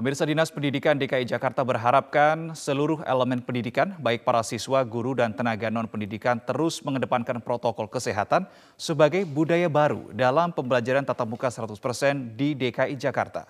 Pemirsa Dinas Pendidikan DKI Jakarta berharapkan seluruh elemen pendidikan, baik para siswa, guru, dan tenaga non-pendidikan terus mengedepankan protokol kesehatan sebagai budaya baru dalam pembelajaran tatap muka 100% di DKI Jakarta.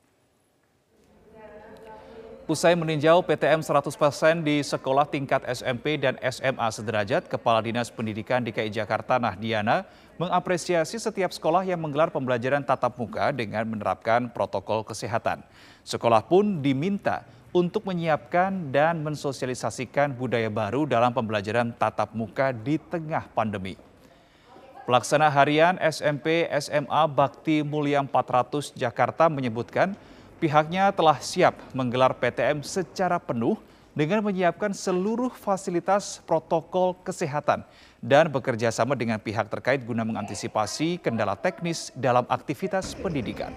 Usai meninjau PTM 100% di sekolah tingkat SMP dan SMA sederajat, Kepala Dinas Pendidikan DKI Jakarta Nahdiana mengapresiasi setiap sekolah yang menggelar pembelajaran tatap muka dengan menerapkan protokol kesehatan. Sekolah pun diminta untuk menyiapkan dan mensosialisasikan budaya baru dalam pembelajaran tatap muka di tengah pandemi. Pelaksana harian SMP SMA Bakti Mulia 400 Jakarta menyebutkan pihaknya telah siap menggelar PTM secara penuh dengan menyiapkan seluruh fasilitas protokol kesehatan dan bekerja sama dengan pihak terkait guna mengantisipasi kendala teknis dalam aktivitas pendidikan.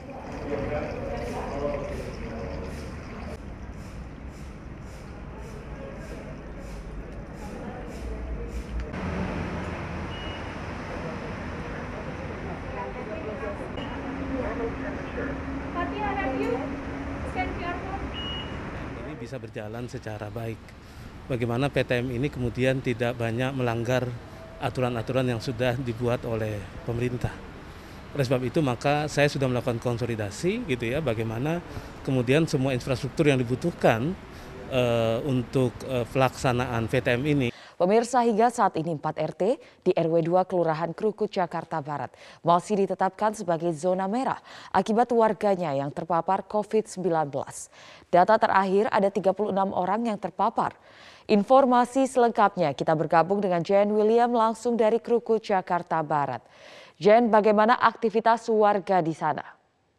Ini bisa berjalan secara baik. Bagaimana PTM ini kemudian tidak banyak melanggar aturan-aturan yang sudah dibuat oleh pemerintah. Oleh sebab itu maka saya sudah melakukan konsolidasi gitu ya, bagaimana kemudian semua infrastruktur yang dibutuhkan untuk pelaksanaan PTM ini. Pemirsa, hingga saat ini 4 RT di RW 2 Kelurahan Krukut, Jakarta Barat masih ditetapkan sebagai zona merah akibat warganya yang terpapar COVID-19. Data terakhir ada 36 orang yang terpapar. Informasi selengkapnya kita bergabung dengan Jen William langsung dari Krukut, Jakarta Barat. Jen, bagaimana aktivitas warga di sana?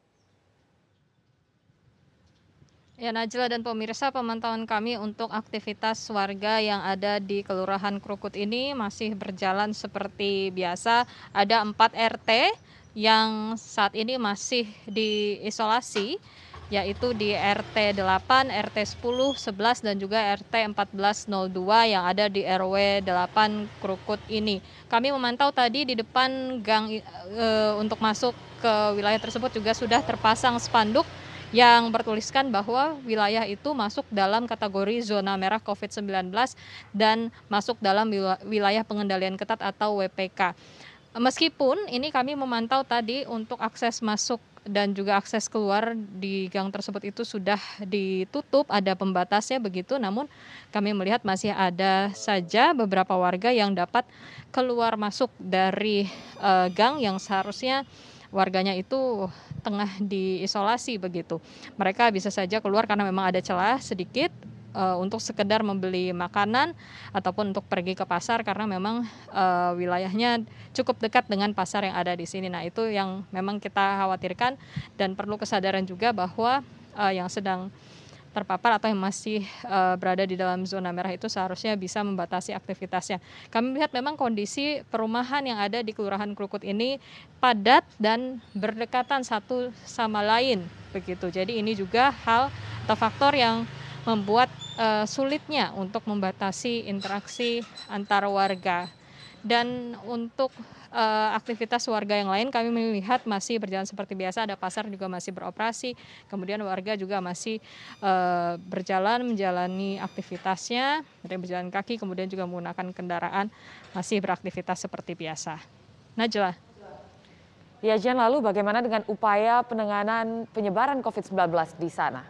Ya, Najla dan pemirsa, pemantauan kami untuk aktivitas warga yang ada di Kelurahan Krukut ini masih berjalan seperti biasa. Ada 4 RT yang saat ini masih diisolasi, yaitu di RT 8, RT 10, 11, dan juga RT 1402 yang ada di RW 8 Krukut ini. Kami memantau tadi di depan gang untuk masuk ke wilayah tersebut juga sudah terpasang spanduk yang bertuliskan bahwa wilayah itu masuk dalam kategori zona merah COVID-19 dan masuk dalam wilayah pengendalian ketat atau WPK. Meskipun ini kami memantau tadi untuk akses masuk dan juga akses keluar di gang tersebut itu sudah ditutup, ada pembatasnya begitu, namun kami melihat masih ada saja beberapa warga yang dapat keluar masuk dari gang yang seharusnya warganya itu tengah diisolasi begitu. Mereka bisa saja keluar karena memang ada celah sedikit untuk sekedar membeli makanan ataupun untuk pergi ke pasar karena memang wilayahnya cukup dekat dengan pasar yang ada di sini. Nah, itu yang memang kita khawatirkan dan perlu kesadaran juga bahwa yang sedang terpapar atau yang masih berada di dalam zona merah itu seharusnya bisa membatasi aktivitasnya. Kami melihat memang kondisi perumahan yang ada di Kelurahan Krukut ini padat dan berdekatan satu sama lain begitu. Jadi ini juga hal atau faktor yang membuat sulitnya untuk membatasi interaksi antar warga. Dan untuk aktivitas warga yang lain kami melihat masih berjalan seperti biasa, ada pasar juga masih beroperasi, kemudian warga juga masih berjalan menjalani aktivitasnya, ada yang berjalan kaki, kemudian juga menggunakan kendaraan, masih beraktivitas seperti biasa. Najla. Ya, Jen, lalu bagaimana dengan upaya penanganan penyebaran COVID-19 di sana?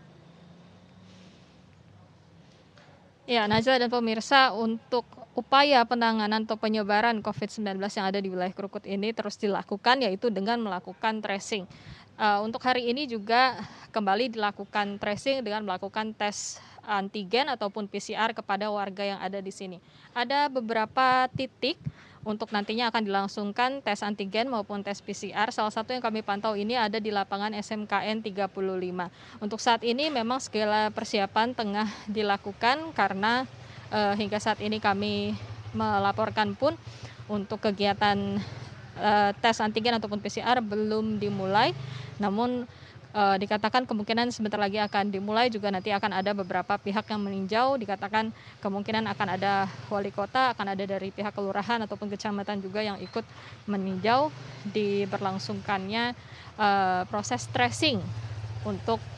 Ya, Najla dan pemirsa, untuk upaya penanganan atau penyebaran COVID-19 yang ada di wilayah Krukut ini terus dilakukan, yaitu dengan melakukan tracing. Untuk hari ini juga kembali dilakukan tracing dengan melakukan tes antigen ataupun PCR kepada warga yang ada di sini. Ada beberapa titik untuk nantinya akan dilangsungkan tes antigen maupun tes PCR. Salah satu yang kami pantau ini ada di lapangan SMKN 35. Untuk saat ini memang segala persiapan tengah dilakukan karena hingga saat ini kami melaporkan pun untuk kegiatan tes antigen ataupun PCR belum dimulai. Namun dikatakan kemungkinan sebentar lagi akan dimulai, juga nanti akan ada beberapa pihak yang meninjau, dikatakan kemungkinan akan ada wali kota, akan ada dari pihak kelurahan ataupun kecamatan juga yang ikut meninjau diberlangsungkannya proses tracing untuk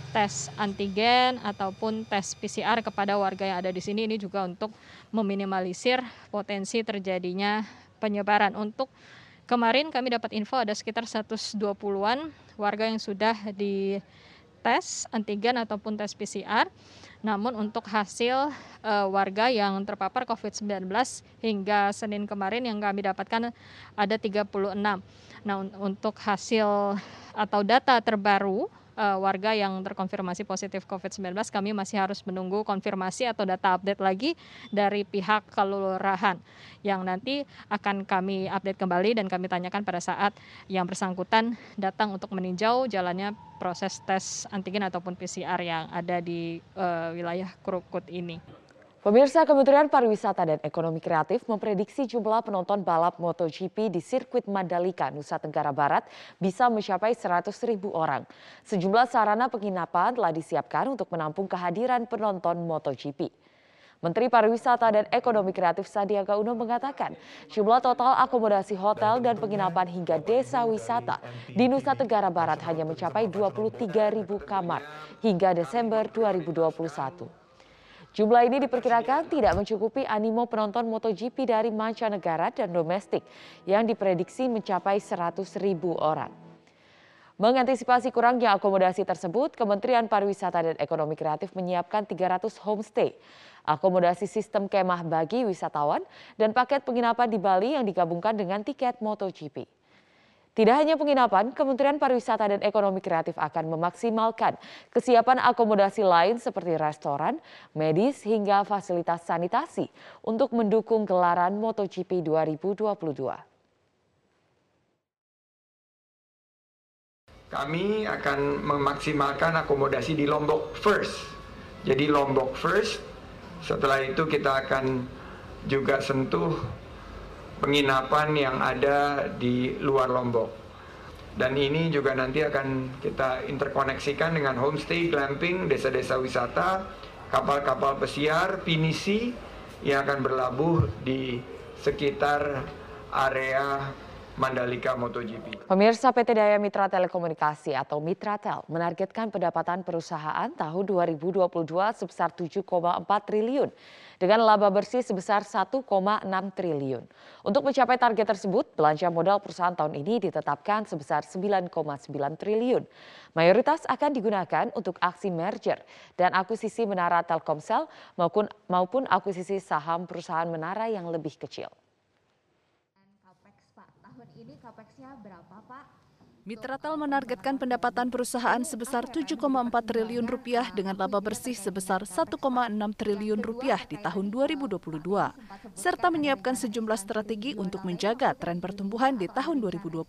tes antigen ataupun tes PCR kepada warga yang ada di sini. Ini juga untuk meminimalisir potensi terjadinya penyebaran. Untuk kemarin kami dapat info ada sekitar 120-an warga yang sudah dites antigen ataupun tes PCR. Namun untuk hasil warga yang terpapar COVID-19 hingga Senin kemarin yang kami dapatkan ada 36. Nah, untuk hasil atau data terbaru warga yang terkonfirmasi positif COVID-19 kami masih harus menunggu konfirmasi atau data update lagi dari pihak kelurahan yang nanti akan kami update kembali dan kami tanyakan pada saat yang bersangkutan datang untuk meninjau jalannya proses tes antigen ataupun PCR yang ada di wilayah Krukut ini. Pemirsa, Kementerian Pariwisata dan Ekonomi Kreatif memprediksi jumlah penonton balap MotoGP di sirkuit Mandalika, Nusa Tenggara Barat bisa mencapai 100.000 orang. Sejumlah sarana penginapan telah disiapkan untuk menampung kehadiran penonton MotoGP. Menteri Pariwisata dan Ekonomi Kreatif Sandiaga Uno mengatakan jumlah total akomodasi hotel dan penginapan hingga desa wisata di Nusa Tenggara Barat hanya mencapai 23.000 kamar hingga Desember 2021. Jumlah ini diperkirakan tidak mencukupi animo penonton MotoGP dari mancanegara dan domestik yang diprediksi mencapai 100.000 orang. Mengantisipasi kurangnya akomodasi tersebut, Kementerian Pariwisata dan Ekonomi Kreatif menyiapkan 300 homestay, akomodasi sistem kemah bagi wisatawan, dan paket penginapan di Bali yang digabungkan dengan tiket MotoGP. Tidak hanya penginapan, Kementerian Pariwisata dan Ekonomi Kreatif akan memaksimalkan kesiapan akomodasi lain seperti restoran, medis, hingga fasilitas sanitasi untuk mendukung gelaran MotoGP 2022. Kami akan memaksimalkan akomodasi di Lombok first. Jadi Lombok first, setelah itu kita akan juga sentuh penginapan yang ada di luar Lombok. Dan ini juga nanti akan kita interkoneksikan dengan homestay, glamping, desa-desa wisata, kapal-kapal pesiar, pinisi yang akan berlabuh di sekitar area Mandalika MotoGP. Pemirsa, PT Daya Mitra Telekomunikasi atau Mitratel menargetkan pendapatan perusahaan tahun 2022 sebesar 7,4 triliun dengan laba bersih sebesar 1,6 triliun. Untuk mencapai target tersebut, belanja modal perusahaan tahun ini ditetapkan sebesar 9,9 triliun. Mayoritas akan digunakan untuk aksi merger dan akuisisi Menara Telkomsel maupun akuisisi saham perusahaan Menara yang lebih kecil. Capexnya berapa, Pak? Mitratel menargetkan pendapatan perusahaan sebesar 7,4 triliun rupiah dengan laba bersih sebesar 1,6 triliun rupiah di tahun 2022, serta menyiapkan sejumlah strategi untuk menjaga tren pertumbuhan di tahun 2022.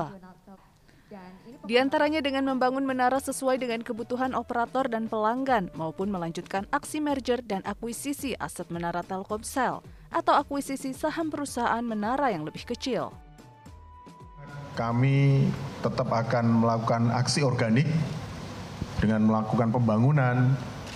Di antaranya dengan membangun menara sesuai dengan kebutuhan operator dan pelanggan maupun melanjutkan aksi merger dan akuisisi aset Menara Telkomsel atau akuisisi saham perusahaan Menara yang lebih kecil. Kami tetap akan melakukan aksi organik dengan melakukan pembangunan,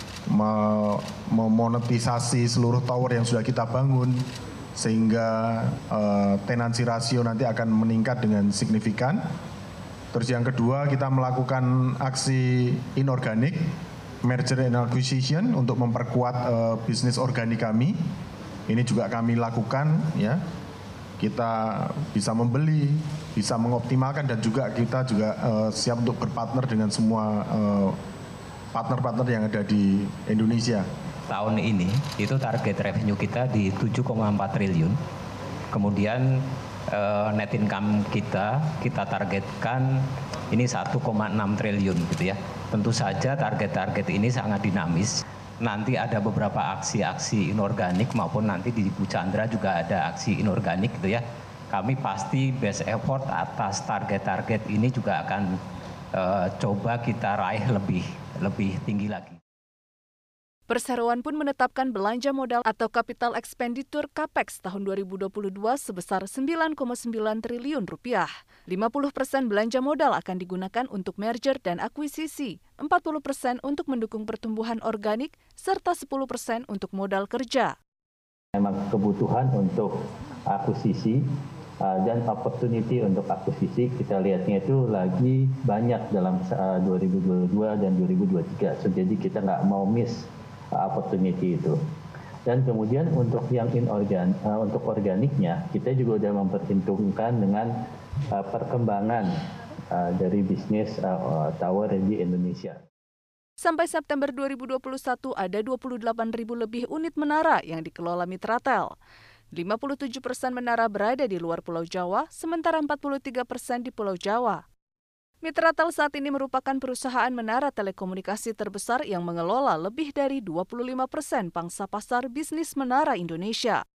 memonetisasi seluruh tower yang sudah kita bangun, sehingga tenancy rasio nanti akan meningkat dengan signifikan. Terus yang kedua, kita melakukan aksi inorganik, merger and acquisition untuk memperkuat bisnis organik kami. Ini juga kami lakukan, ya. Kita bisa membeli, bisa mengoptimalkan, dan juga kita juga siap untuk berpartner dengan semua partner-partner yang ada di Indonesia. Tahun ini itu target revenue kita di 7,4 triliun. Kemudian net income kita targetkan ini 1,6 triliun gitu ya. Tentu saja target-target ini sangat dinamis. Nanti ada beberapa aksi-aksi inorganik maupun nanti di Bu Chandra juga ada aksi inorganik gitu ya. Kami pasti best effort atas target-target ini juga akan coba kita raih lebih tinggi lagi. Perseroan pun menetapkan belanja modal atau capital expenditure CAPEX tahun 2022 sebesar 9,9 triliun rupiah. 50% belanja modal akan digunakan untuk merger dan akuisisi, 40% untuk mendukung pertumbuhan organik, serta 10% untuk modal kerja. Memang kebutuhan untuk akuisisi Dan opportunity untuk akuisisi kita lihatnya itu lagi banyak dalam 2022 dan 2023. So, jadi kita nggak mau miss opportunity itu. Dan kemudian untuk yang untuk organiknya kita juga sudah memperhitungkan dengan perkembangan dari bisnis tower di Indonesia. Sampai September 2021 ada 28.000 lebih unit menara yang dikelola Mitratel. 57% menara berada di luar Pulau Jawa, sementara 43% di Pulau Jawa. Mitratel saat ini merupakan perusahaan menara telekomunikasi terbesar yang mengelola lebih dari 25% pangsa pasar bisnis menara Indonesia.